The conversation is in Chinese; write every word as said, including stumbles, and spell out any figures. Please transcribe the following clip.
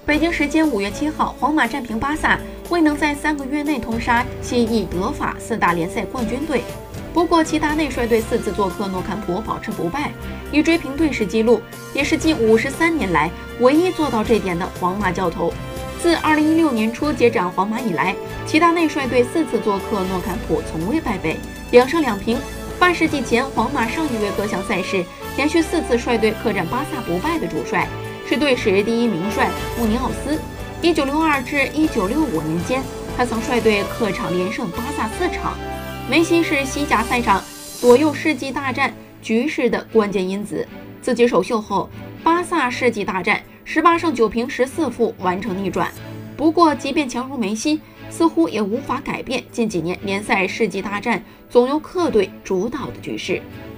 北京时间五月七号，皇马战平巴萨，未能在三个月内通杀西意、德法四大联赛冠军队。不过，齐达内率队四次做客诺坎普保持不败，以追平队史纪录，也是近五十三年来唯一做到这点的皇马教头。自二零一六年初接掌皇马以来，齐达内率队四次做客诺坎普从未败北，两胜两平。半世纪前，皇马上一位各项赛事连续四次率队客战巴萨不败的主帅，是队史第一名帅穆尼奥斯。一九六二至一九六五年间，他曾率队客场连胜巴萨四场。梅西是西甲赛场左右世纪大战局势的关键因子。自己首秀后，巴萨世纪大战十八胜九平十四负完成逆转。不过，即便强如梅西，似乎也无法改变近几年联赛世纪大战总由客队主导的局势。